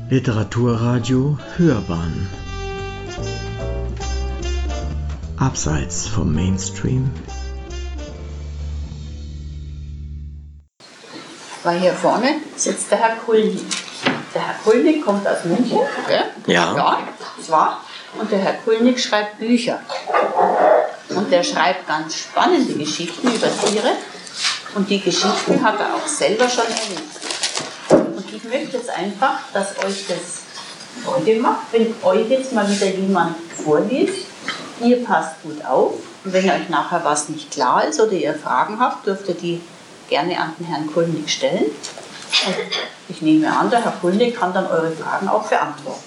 Literaturradio Hörbahn Abseits vom Mainstream. Weil hier vorne sitzt der Herr Kulnig. Der Herr Kulnig kommt aus München. Gell? Ja, das war. Und der Herr Kulnig schreibt Bücher. Und der schreibt ganz spannende Geschichten über Tiere. Und die Geschichten hat er auch selber schon erlebt. Und ich möchte jetzt einfach, dass euch das Freude macht, wenn euch jetzt mal wieder jemand vorliest. Ihr passt gut auf. Und wenn euch nachher was nicht klar ist oder ihr Fragen habt, dürft ihr die gerne an den Herrn Kulnig stellen. Und ich nehme an, der Herr Kulnig kann dann eure Fragen auch beantworten.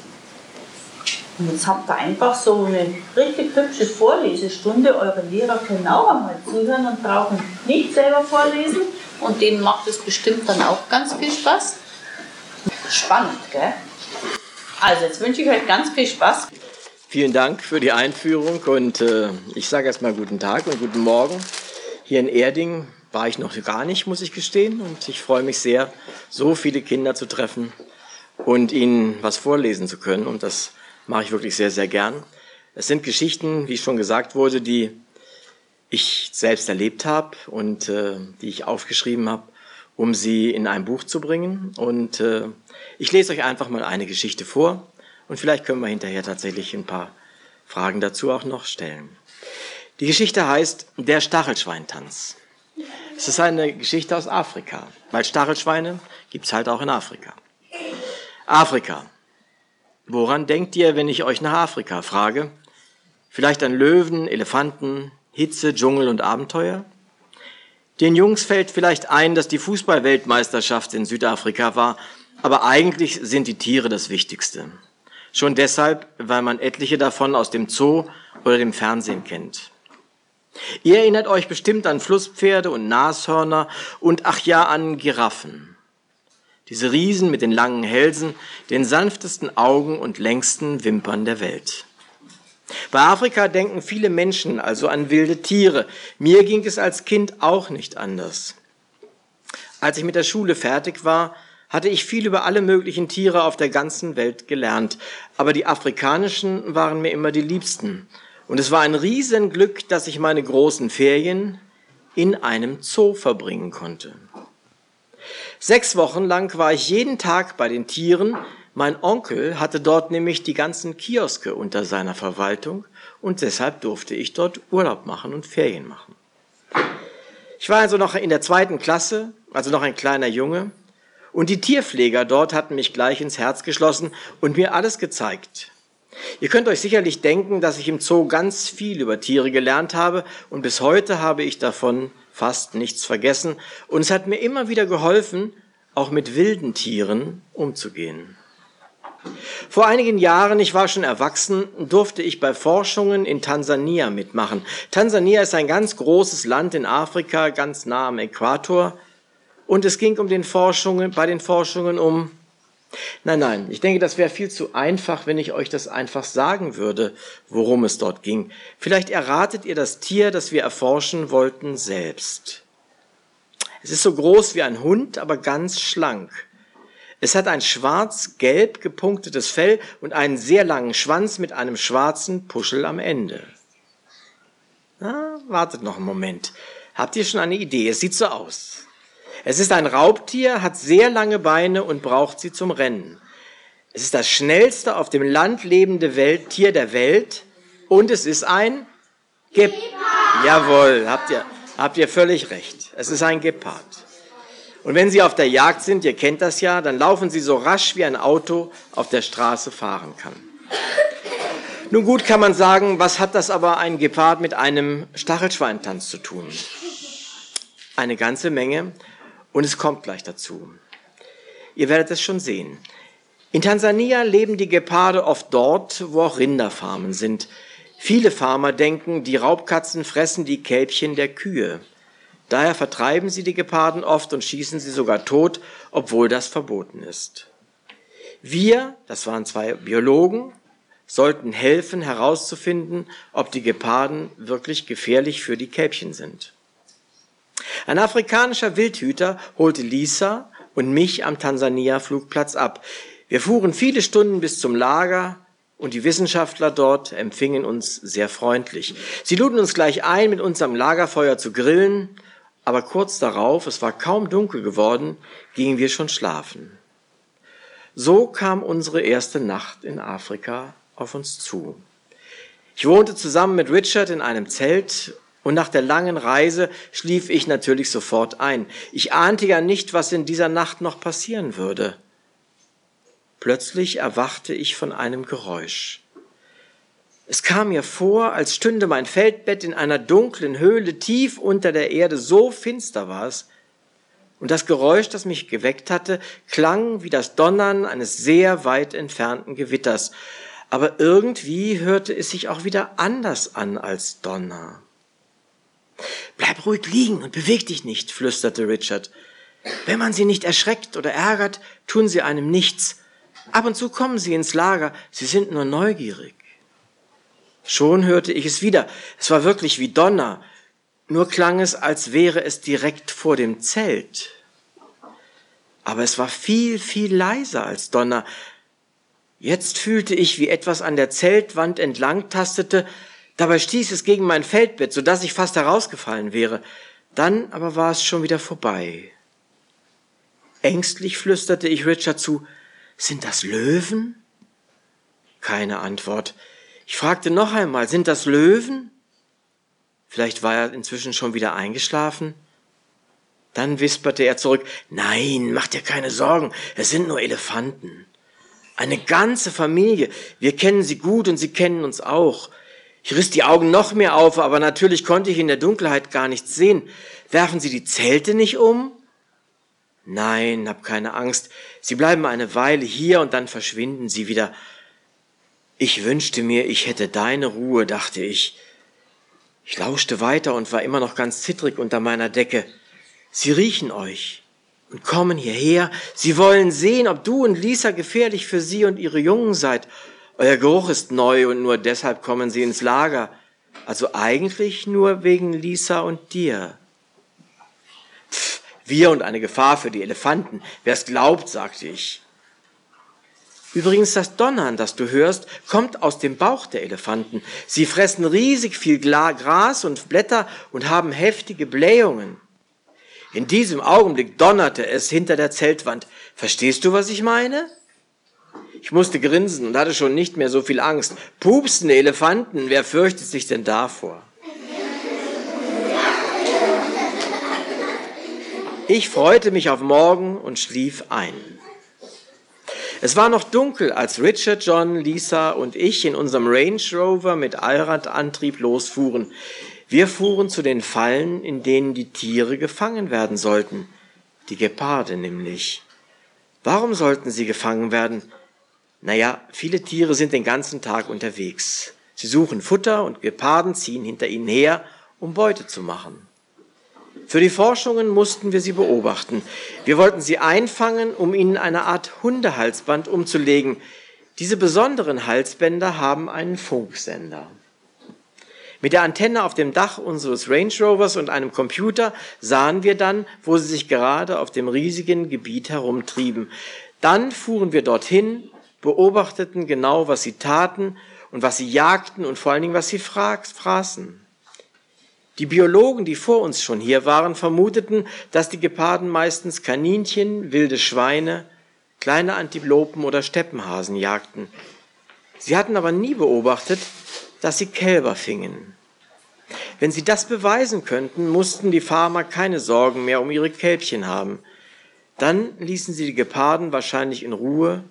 Und jetzt habt ihr einfach so eine richtig hübsche Vorlesestunde. Eure Lehrer können auch einmal zuhören und brauchen nicht selber vorlesen. Und denen macht es bestimmt dann auch ganz viel Spaß. Spannend, gell? Also jetzt wünsche ich euch ganz viel Spaß. Vielen Dank für die Einführung und ich sage erstmal guten Tag und guten Morgen. Hier in Erding war ich noch gar nicht, muss ich gestehen. Und ich freue mich sehr, so viele Kinder zu treffen und ihnen was vorlesen zu können. Und das mache ich wirklich sehr, sehr gern. Es sind Geschichten, wie schon gesagt wurde, die ich selbst erlebt habe und die ich aufgeschrieben habe, um sie in ein Buch zu bringen. Und ich lese euch einfach mal eine Geschichte vor und vielleicht können wir hinterher tatsächlich ein paar Fragen dazu auch noch stellen. Die Geschichte heißt Der Stachelschweintanz. Es ist eine Geschichte aus Afrika, weil Stachelschweine gibt es halt auch in Afrika. Afrika. Woran denkt ihr, wenn ich euch nach Afrika frage? Vielleicht an Löwen, Elefanten, Hitze, Dschungel und Abenteuer? Den Jungs fällt vielleicht ein, dass die Fußball-Weltmeisterschaft in Südafrika war, aber eigentlich sind die Tiere das Wichtigste. Schon deshalb, weil man etliche davon aus dem Zoo oder dem Fernsehen kennt. Ihr erinnert euch bestimmt an Flusspferde und Nashörner und ach ja, an Giraffen. Diese Riesen mit den langen Hälsen, den sanftesten Augen und längsten Wimpern der Welt. Bei Afrika denken viele Menschen also an wilde Tiere. Mir ging es als Kind auch nicht anders. Als ich mit der Schule fertig war, hatte ich viel über alle möglichen Tiere auf der ganzen Welt gelernt. Aber die afrikanischen waren mir immer die liebsten. Und es war ein Riesenglück, dass ich meine großen Ferien in einem Zoo verbringen konnte. 6 Wochen lang war ich jeden Tag bei den Tieren. Mein Onkel hatte dort nämlich die ganzen Kioske unter seiner Verwaltung und deshalb durfte ich dort Urlaub machen und Ferien machen. Ich war also noch in der 2. Klasse, also noch ein kleiner Junge, und die Tierpfleger dort hatten mich gleich ins Herz geschlossen und mir alles gezeigt. Ihr könnt euch sicherlich denken, dass ich im Zoo ganz viel über Tiere gelernt habe und bis heute habe ich davon fast nichts vergessen und es hat mir immer wieder geholfen, auch mit wilden Tieren umzugehen. Vor einigen Jahren, ich war schon erwachsen, durfte ich bei Forschungen in Tansania mitmachen. Tansania ist ein ganz großes Land in Afrika, ganz nah am Äquator. Und es ging bei den Forschungen um... Nein, ich denke, das wäre viel zu einfach, wenn ich euch das einfach sagen würde, worum es dort ging. Vielleicht erratet ihr das Tier, das wir erforschen wollten, selbst. Es ist so groß wie ein Hund, aber ganz schlank. Es hat ein schwarz-gelb gepunktetes Fell und einen sehr langen Schwanz mit einem schwarzen Puschel am Ende. Wartet noch einen Moment. Habt ihr schon eine Idee? Es sieht so aus. Es ist ein Raubtier, hat sehr lange Beine und braucht sie zum Rennen. Es ist das schnellste auf dem Land lebende Tier der Welt und es ist ein Gepard. Jawohl, habt ihr völlig recht. Es ist ein Gepard. Und wenn Sie auf der Jagd sind, ihr kennt das ja, dann laufen Sie so rasch wie ein Auto auf der Straße fahren kann. Nun gut, kann man sagen, was hat das aber ein Gepard mit einem Stachelschweintanz zu tun? Eine ganze Menge. Und es kommt gleich dazu. Ihr werdet es schon sehen. In Tansania leben die Geparde oft dort, wo auch Rinderfarmen sind. Viele Farmer denken, die Raubkatzen fressen die Kälbchen der Kühe. Daher vertreiben sie die Geparden oft und schießen sie sogar tot, obwohl das verboten ist. Wir, das waren 2 Biologen, sollten helfen, herauszufinden, ob die Geparden wirklich gefährlich für die Kälbchen sind. Ein afrikanischer Wildhüter holte Lisa und mich am Tansania-Flugplatz ab. Wir fuhren viele Stunden bis zum Lager und die Wissenschaftler dort empfingen uns sehr freundlich. Sie luden uns gleich ein, mit uns am Lagerfeuer zu grillen, aber kurz darauf, es war kaum dunkel geworden, gingen wir schon schlafen. So kam unsere erste Nacht in Afrika auf uns zu. Ich wohnte zusammen mit Richard in einem Zelt und nach der langen Reise schlief ich natürlich sofort ein. Ich ahnte ja nicht, was in dieser Nacht noch passieren würde. Plötzlich erwachte ich von einem Geräusch. Es kam mir vor, als stünde mein Feldbett in einer dunklen Höhle tief unter der Erde, so finster war es. Und das Geräusch, das mich geweckt hatte, klang wie das Donnern eines sehr weit entfernten Gewitters. Aber irgendwie hörte es sich auch wieder anders an als Donner. »Bleib ruhig liegen und beweg dich nicht«, flüsterte Richard. »Wenn man sie nicht erschreckt oder ärgert, tun sie einem nichts. Ab und zu kommen sie ins Lager, sie sind nur neugierig.« Schon hörte ich es wieder. Es war wirklich wie Donner, nur klang es, als wäre es direkt vor dem Zelt. Aber es war viel, viel leiser als Donner. Jetzt fühlte ich, wie etwas an der Zeltwand entlang tastete. Dabei stieß es gegen mein Feldbett, sodass ich fast herausgefallen wäre. Dann aber war es schon wieder vorbei. Ängstlich flüsterte ich Richard zu: »Sind das Löwen?« Keine Antwort. Ich fragte noch einmal: »Sind das Löwen?« Vielleicht war er inzwischen schon wieder eingeschlafen. Dann wisperte er zurück: »Nein, mach dir keine Sorgen, es sind nur Elefanten. Eine ganze Familie, wir kennen sie gut und sie kennen uns auch.« Ich riss die Augen noch mehr auf, aber natürlich konnte ich in der Dunkelheit gar nichts sehen. »Werfen Sie die Zelte nicht um?« »Nein, hab keine Angst. Sie bleiben eine Weile hier und dann verschwinden sie wieder.« Ich wünschte mir, ich hätte deine Ruhe, dachte ich. Ich lauschte weiter und war immer noch ganz zittrig unter meiner Decke. »Sie riechen euch und kommen hierher. Sie wollen sehen, ob du und Lisa gefährlich für sie und ihre Jungen seid. Euer Geruch ist neu und nur deshalb kommen sie ins Lager. Also eigentlich nur wegen Lisa und dir.« »Pff, wir und eine Gefahr für die Elefanten. Wer's glaubt«, sagte ich. Übrigens, das Donnern, das du hörst, kommt aus dem Bauch der Elefanten. Sie fressen riesig viel Gras und Blätter und haben heftige Blähungen. In diesem Augenblick donnerte es hinter der Zeltwand. Verstehst du, was ich meine? Ich musste grinsen und hatte schon nicht mehr so viel Angst. Pupsende Elefanten, wer fürchtet sich denn davor? Ich freute mich auf morgen und schlief ein. Es war noch dunkel, als Richard, John, Lisa und ich in unserem Range Rover mit Allradantrieb losfuhren. Wir fuhren zu den Fallen, in denen die Tiere gefangen werden sollten. Die Geparde nämlich. Warum sollten sie gefangen werden? Naja, viele Tiere sind den ganzen Tag unterwegs. Sie suchen Futter und Geparden ziehen hinter ihnen her, um Beute zu machen. Für die Forschungen mussten wir sie beobachten. Wir wollten sie einfangen, um ihnen eine Art Hundehalsband umzulegen. Diese besonderen Halsbänder haben einen Funksender. Mit der Antenne auf dem Dach unseres Range Rovers und einem Computer sahen wir dann, wo sie sich gerade auf dem riesigen Gebiet herumtrieben. Dann fuhren wir dorthin, beobachteten genau, was sie taten und was sie jagten und vor allen Dingen, was sie fraßen. Die Biologen, die vor uns schon hier waren, vermuteten, dass die Geparden meistens Kaninchen, wilde Schweine, kleine Antilopen oder Steppenhasen jagten. Sie hatten aber nie beobachtet, dass sie Kälber fingen. Wenn sie das beweisen könnten, mussten die Farmer keine Sorgen mehr um ihre Kälbchen haben. Dann ließen sie die Geparden wahrscheinlich in Ruhe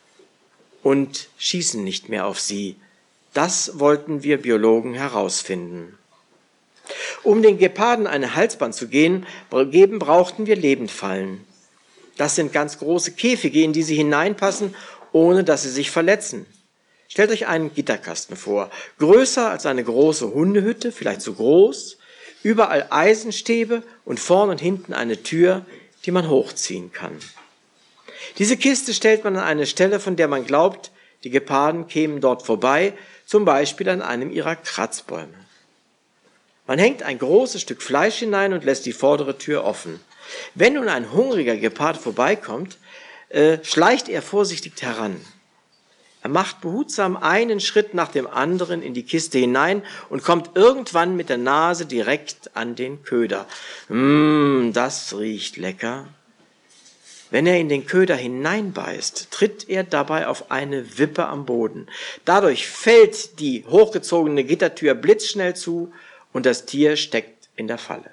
und schießen nicht mehr auf sie. Das wollten wir Biologen herausfinden. Um den Geparden eine Halsband zu geben, brauchten wir Lebendfallen. Das sind ganz große Käfige, in die sie hineinpassen, ohne dass sie sich verletzen. Stellt euch einen Gitterkasten vor, größer als eine große Hundehütte, vielleicht so groß, überall Eisenstäbe und vorn und hinten eine Tür, die man hochziehen kann. Diese Kiste stellt man an eine Stelle, von der man glaubt, die Geparden kämen dort vorbei, zum Beispiel an einem ihrer Kratzbäume. Man hängt ein großes Stück Fleisch hinein und lässt die vordere Tür offen. Wenn nun ein hungriger Gepard vorbeikommt, schleicht er vorsichtig heran. Er macht behutsam einen Schritt nach dem anderen in die Kiste hinein und kommt irgendwann mit der Nase direkt an den Köder. Das riecht lecker. Wenn er in den Köder hineinbeißt, tritt er dabei auf eine Wippe am Boden. Dadurch fällt die hochgezogene Gittertür blitzschnell zu und das Tier steckt in der Falle.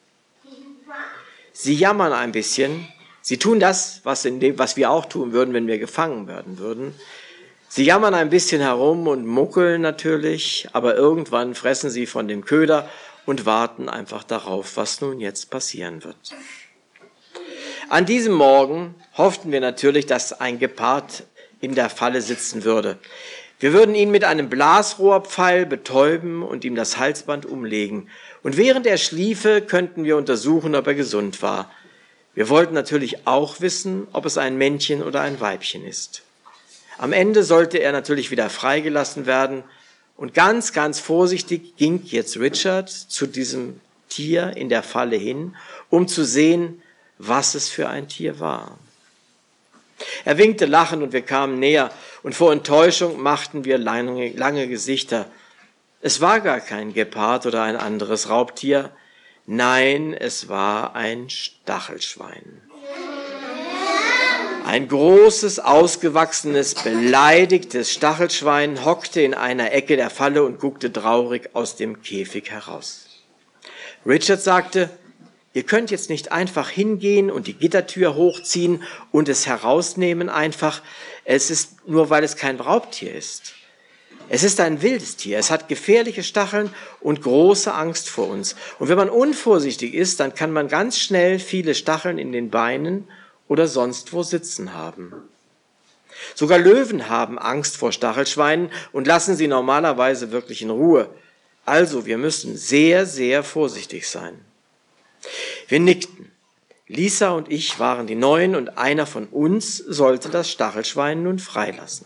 Sie jammern ein bisschen. Sie tun das, was wir auch tun würden, wenn wir gefangen werden würden. Sie jammern ein bisschen herum und muckeln natürlich, aber irgendwann fressen sie von dem Köder und warten einfach darauf, was nun jetzt passieren wird. An diesem Morgen hofften wir natürlich, dass ein Gepard in der Falle sitzen würde. Wir würden ihn mit einem Blasrohrpfeil betäuben und ihm das Halsband umlegen. Und während er schliefe, könnten wir untersuchen, ob er gesund war. Wir wollten natürlich auch wissen, ob es ein Männchen oder ein Weibchen ist. Am Ende sollte er natürlich wieder freigelassen werden. Und ganz, ganz vorsichtig ging jetzt Richard zu diesem Tier in der Falle hin, um zu sehen, was es für ein Tier war. Er winkte lachend und wir kamen näher und vor Enttäuschung machten wir lange Gesichter. Es war gar kein Gepard oder ein anderes Raubtier. Nein, es war ein Stachelschwein. Ein großes, ausgewachsenes, beleidigtes Stachelschwein hockte in einer Ecke der Falle und guckte traurig aus dem Käfig heraus. Richard sagte, ihr könnt jetzt nicht einfach hingehen und die Gittertür hochziehen und es herausnehmen einfach. Es ist nur, weil es kein Raubtier ist. Es ist ein wildes Tier. Es hat gefährliche Stacheln und große Angst vor uns. Und wenn man unvorsichtig ist, dann kann man ganz schnell viele Stacheln in den Beinen oder sonst wo sitzen haben. Sogar Löwen haben Angst vor Stachelschweinen und lassen sie normalerweise wirklich in Ruhe. Also, wir müssen sehr, sehr vorsichtig sein. Wir nickten. Lisa und ich waren die Neuen und einer von uns sollte das Stachelschwein nun freilassen.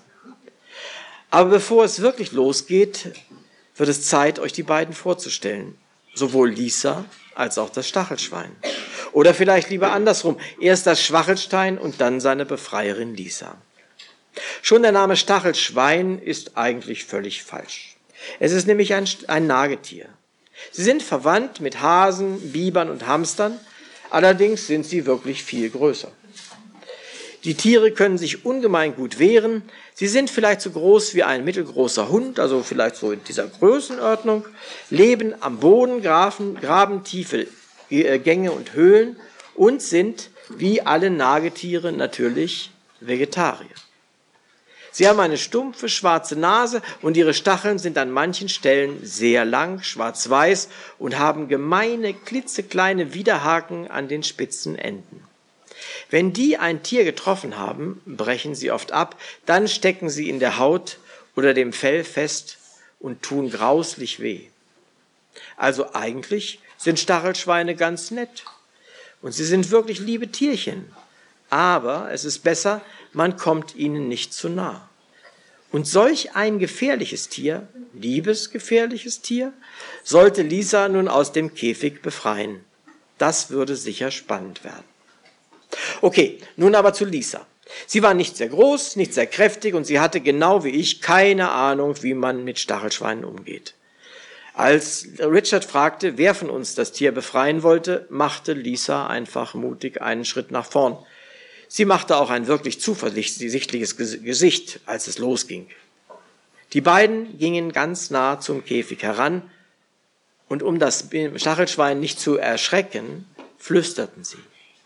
Aber bevor es wirklich losgeht, wird es Zeit, euch die beiden vorzustellen. Sowohl Lisa als auch das Stachelschwein. Oder vielleicht lieber andersrum. Erst das Schwachelstein und dann seine Befreierin Lisa. Schon der Name Stachelschwein ist eigentlich völlig falsch. Es ist nämlich ein Nagetier. Sie sind verwandt mit Hasen, Bibern und Hamstern, allerdings sind sie wirklich viel größer. Die Tiere können sich ungemein gut wehren. Sie sind vielleicht so groß wie ein mittelgroßer Hund, also vielleicht so in dieser Größenordnung, leben am Boden, graben tiefe Gänge und Höhlen und sind, wie alle Nagetiere, natürlich Vegetarier. Sie haben eine stumpfe, schwarze Nase und ihre Stacheln sind an manchen Stellen sehr lang, schwarz-weiß und haben gemeine, klitzekleine Widerhaken an den spitzen Enden. Wenn die ein Tier getroffen haben, brechen sie oft ab, dann stecken sie in der Haut oder dem Fell fest und tun grauslich weh. Also eigentlich sind Stachelschweine ganz nett und sie sind wirklich liebe Tierchen. Aber es ist besser, man kommt ihnen nicht zu nah. Und solch ein gefährliches Tier, liebesgefährliches Tier, sollte Lisa nun aus dem Käfig befreien. Das würde sicher spannend werden. Okay, nun aber zu Lisa. Sie war nicht sehr groß, nicht sehr kräftig und sie hatte genau wie ich keine Ahnung, wie man mit Stachelschweinen umgeht. Als Richard fragte, wer von uns das Tier befreien wollte, machte Lisa einfach mutig einen Schritt nach vorn. Sie machte auch ein wirklich zuversichtliches Gesicht, als es losging. Die beiden gingen ganz nah zum Käfig heran und um das Stachelschwein nicht zu erschrecken, flüsterten sie.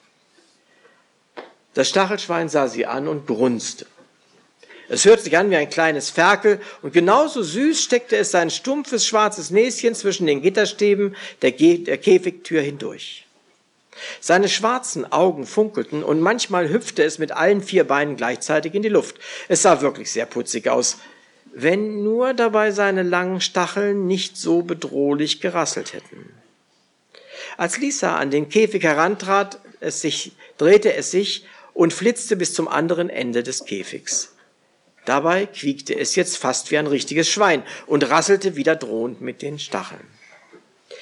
Das Stachelschwein sah sie an und grunzte. Es hörte sich an wie ein kleines Ferkel und genauso süß steckte es sein stumpfes schwarzes Näschen zwischen den Gitterstäben der Käfigtür hindurch. Seine schwarzen Augen funkelten und manchmal hüpfte es mit allen 4 Beinen gleichzeitig in die Luft. Es sah wirklich sehr putzig aus, wenn nur dabei seine langen Stacheln nicht so bedrohlich gerasselt hätten. Als Lisa an den Käfig herantrat, drehte es sich und flitzte bis zum anderen Ende des Käfigs. Dabei quiekte es jetzt fast wie ein richtiges Schwein und rasselte wieder drohend mit den Stacheln.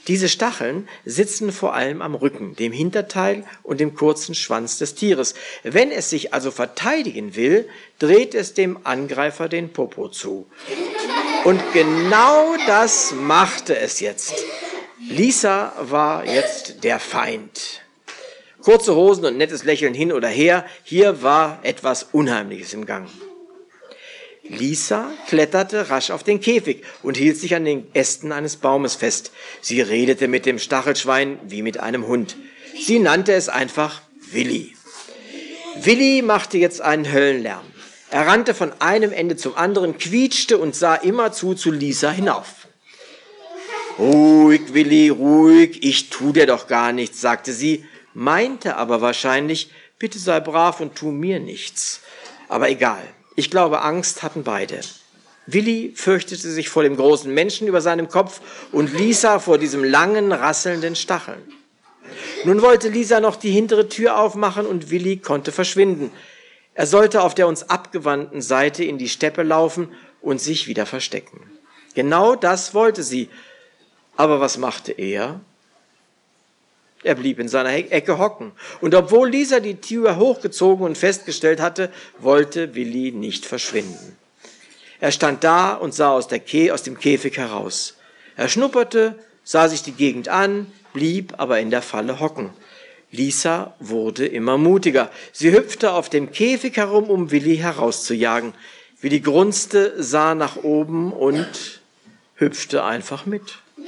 Diese Stacheln sitzen vor allem am Rücken, dem Hinterteil und dem kurzen Schwanz des Tieres. Wenn es sich also verteidigen will, dreht es dem Angreifer den Popo zu. Und genau das machte es jetzt. Lisa war jetzt der Feind. Kurze Hosen und nettes Lächeln hin oder her, hier war etwas Unheimliches im Gang. Lisa kletterte rasch auf den Käfig und hielt sich an den Ästen eines Baumes fest. Sie redete mit dem Stachelschwein wie mit einem Hund. Sie nannte es einfach Willi. Willi machte jetzt einen Höllenlärm. Er rannte von einem Ende zum anderen, quietschte und sah immerzu zu Lisa hinauf. »Ruhig, Willi, ruhig, ich tu dir doch gar nichts«, sagte sie, meinte aber wahrscheinlich, »bitte sei brav und tu mir nichts«. Aber egal, ich glaube, Angst hatten beide. Willi fürchtete sich vor dem großen Menschen über seinem Kopf und Lisa vor diesem langen, rasselnden Stacheln. Nun wollte Lisa noch die hintere Tür aufmachen und Willi konnte verschwinden. Er sollte auf der uns abgewandten Seite in die Steppe laufen und sich wieder verstecken. Genau das wollte sie. Aber was machte er? Er blieb in seiner Ecke hocken. Und obwohl Lisa die Tür hochgezogen und festgestellt hatte, wollte Willi nicht verschwinden. Er stand da und sah aus dem Käfig heraus. Er schnupperte, sah sich die Gegend an, blieb aber in der Falle hocken. Lisa wurde immer mutiger. Sie hüpfte auf dem Käfig herum, um Willi herauszujagen. Willi grunzte, sah nach oben und hüpfte einfach mit.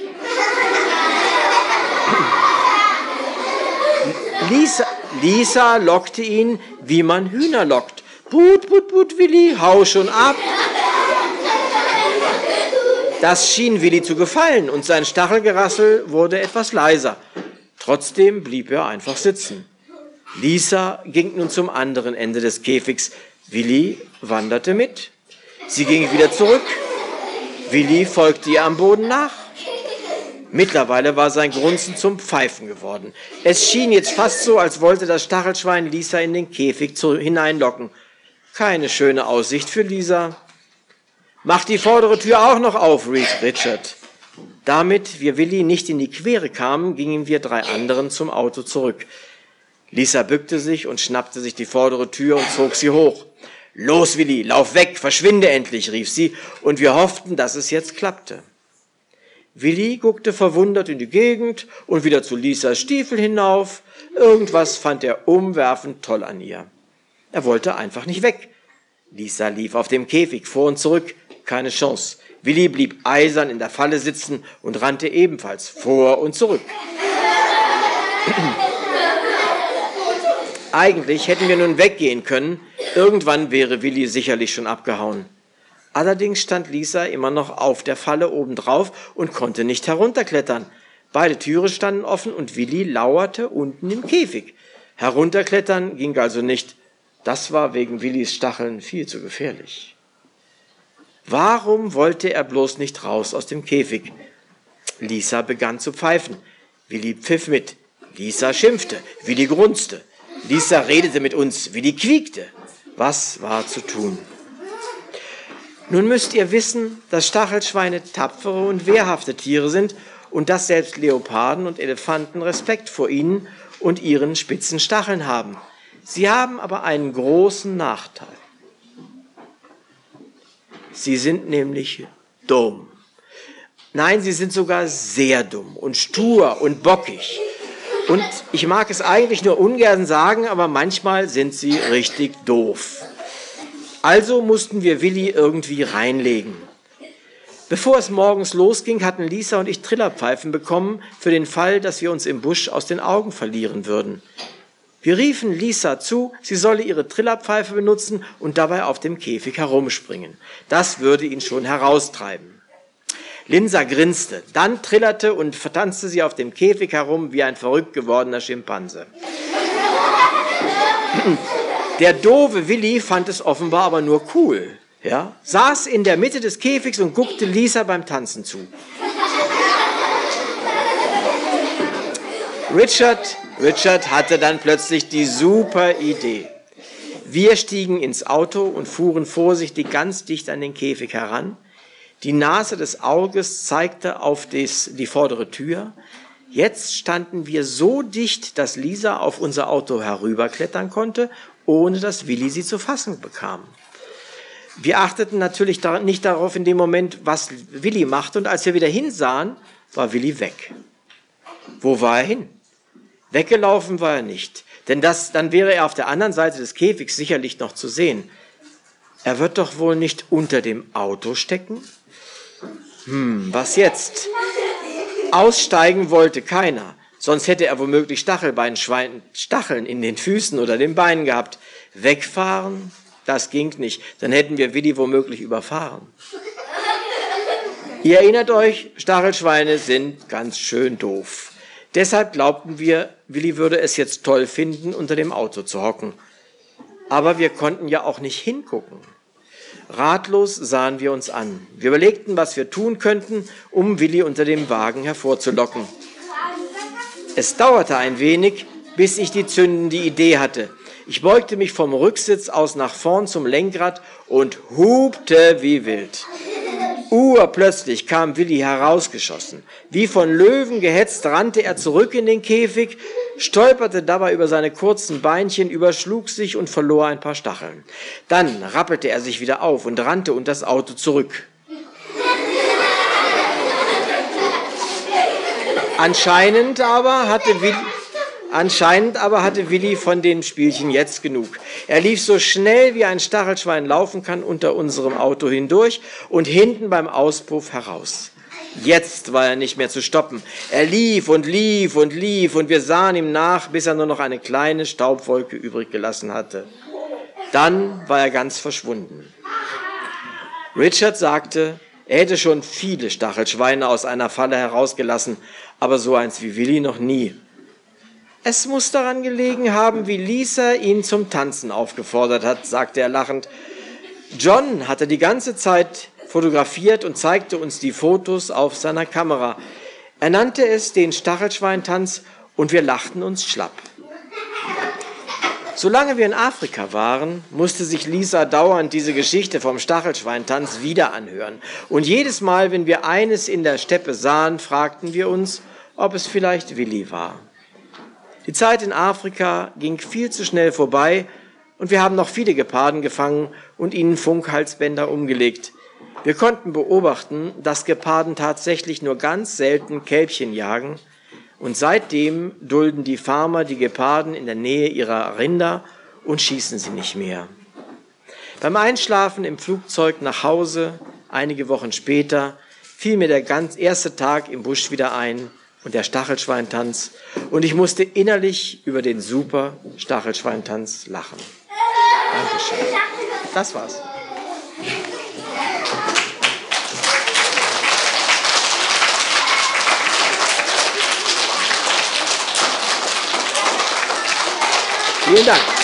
Lisa lockte ihn, wie man Hühner lockt. Put, put, put, Willi, hau schon ab. Das schien Willi zu gefallen und sein Stachelgerassel wurde etwas leiser. Trotzdem blieb er einfach sitzen. Lisa ging nun zum anderen Ende des Käfigs. Willi wanderte mit. Sie ging wieder zurück. Willi folgte ihr am Boden nach. Mittlerweile war sein Grunzen zum Pfeifen geworden. Es schien jetzt fast so, als wollte das Stachelschwein Lisa in den Käfig hineinlocken. Keine schöne Aussicht für Lisa. »Mach die vordere Tür auch noch auf«, rief Richard. Damit wir Willi nicht in die Quere kamen, gingen wir 3 anderen zum Auto zurück. Lisa bückte sich und schnappte sich die vordere Tür und zog sie hoch. »Los, Willi, lauf weg, verschwinde endlich«, rief sie, und wir hofften, dass es jetzt klappte. Willi guckte verwundert in die Gegend und wieder zu Lisas Stiefel hinauf. Irgendwas fand er umwerfend toll an ihr. Er wollte einfach nicht weg. Lisa lief auf dem Käfig vor und zurück. Keine Chance. Willi blieb eisern in der Falle sitzen und rannte ebenfalls vor und zurück. Eigentlich hätten wir nun weggehen können. Irgendwann wäre Willi sicherlich schon abgehauen. Allerdings stand Lisa immer noch auf der Falle obendrauf und konnte nicht herunterklettern. Beide Türen standen offen und Willi lauerte unten im Käfig. Herunterklettern ging also nicht. Das war wegen Willis Stacheln viel zu gefährlich. Warum wollte er bloß nicht raus aus dem Käfig? Lisa begann zu pfeifen. Willi pfiff mit. Lisa schimpfte. Willi grunzte. Lisa redete mit uns. Willi quiekte. Was war zu tun? Nun müsst ihr wissen, dass Stachelschweine tapfere und wehrhafte Tiere sind und dass selbst Leoparden und Elefanten Respekt vor ihnen und ihren spitzen Stacheln haben. Sie haben aber einen großen Nachteil. Sie sind nämlich dumm. Nein, sie sind sogar sehr dumm und stur und bockig. Und ich mag es eigentlich nur ungern sagen, aber manchmal sind sie richtig doof. Also mussten wir Willi irgendwie reinlegen. Bevor es morgens losging, hatten Lisa und ich Trillerpfeifen bekommen, für den Fall, dass wir uns im Busch aus den Augen verlieren würden. Wir riefen Lisa zu, sie solle ihre Trillerpfeife benutzen und dabei auf dem Käfig herumspringen. Das würde ihn schon heraustreiben. Linsa grinste, dann trillerte und vertanzte sie auf dem Käfig herum wie ein verrückt gewordener Schimpanse. Der doofe Willi fand es offenbar aber nur cool. Ja? Saß in der Mitte des Käfigs und guckte Lisa beim Tanzen zu. Richard hatte dann plötzlich die super Idee. Wir stiegen ins Auto und fuhren vorsichtig ganz dicht an den Käfig heran. Die Nase des Auges zeigte auf die vordere Tür. Jetzt standen wir so dicht, dass Lisa auf unser Auto herüberklettern konnte, ohne dass Willi sie zu fassen bekam. Wir achteten natürlich nicht darauf in dem Moment, was Willi machte, und als wir wieder hinsahen, war Willi weg. Wo war er hin? Weggelaufen war er nicht, denn dann wäre er auf der anderen Seite des Käfigs sicherlich noch zu sehen. Er wird doch wohl nicht unter dem Auto stecken? Was jetzt? Aussteigen wollte keiner, sonst hätte er womöglich Stacheln in den Füßen oder den Beinen gehabt. Wegfahren? Das ging nicht, dann hätten wir Willi womöglich überfahren. Ihr erinnert euch, Stachelschweine sind ganz schön doof. Deshalb glaubten wir, Willi würde es jetzt toll finden, unter dem Auto zu hocken. Aber wir konnten ja auch nicht hingucken. Ratlos sahen wir uns an. Wir überlegten, was wir tun könnten, um Willi unter dem Wagen hervorzulocken. Es dauerte ein wenig, bis ich die zündende Idee hatte. Ich beugte mich vom Rücksitz aus nach vorn zum Lenkrad und hupte wie wild. Urplötzlich kam Willi herausgeschossen. Wie von Löwen gehetzt rannte er zurück in den Käfig, stolperte dabei über seine kurzen Beinchen, überschlug sich und verlor ein paar Stacheln. Dann rappelte er sich wieder auf und rannte unter das Auto zurück. Anscheinend aber hatte Willi von dem Spielchen jetzt genug. Er lief so schnell, wie ein Stachelschwein laufen kann, unter unserem Auto hindurch und hinten beim Auspuff heraus. Jetzt war er nicht mehr zu stoppen. Er lief und lief und lief und wir sahen ihm nach, bis er nur noch eine kleine Staubwolke übrig gelassen hatte. Dann war er ganz verschwunden. Richard sagte, er hätte schon viele Stachelschweine aus einer Falle herausgelassen, aber so eins wie Willi noch nie. Es muss daran gelegen haben, wie Lisa ihn zum Tanzen aufgefordert hat, sagte er lachend. John hatte die ganze Zeit fotografiert und zeigte uns die Fotos auf seiner Kamera. Er nannte es den Stachelschweintanz und wir lachten uns schlapp. Solange wir in Afrika waren, musste sich Lisa dauernd diese Geschichte vom Stachelschweintanz wieder anhören. Und jedes Mal, wenn wir eines in der Steppe sahen, fragten wir uns, ob es vielleicht Willi war. Die Zeit in Afrika ging viel zu schnell vorbei und wir haben noch viele Geparden gefangen und ihnen Funkhalsbänder umgelegt. Wir konnten beobachten, dass Geparden tatsächlich nur ganz selten Kälbchen jagen und seitdem dulden die Farmer die Geparden in der Nähe ihrer Rinder und schießen sie nicht mehr. Beim Einschlafen im Flugzeug nach Hause, einige Wochen später, fiel mir der erste Tag im Busch wieder ein und der Stachelschweintanz und ich musste innerlich über den super Stachelschweintanz lachen. Dankeschön. Das war's. Vielen Dank.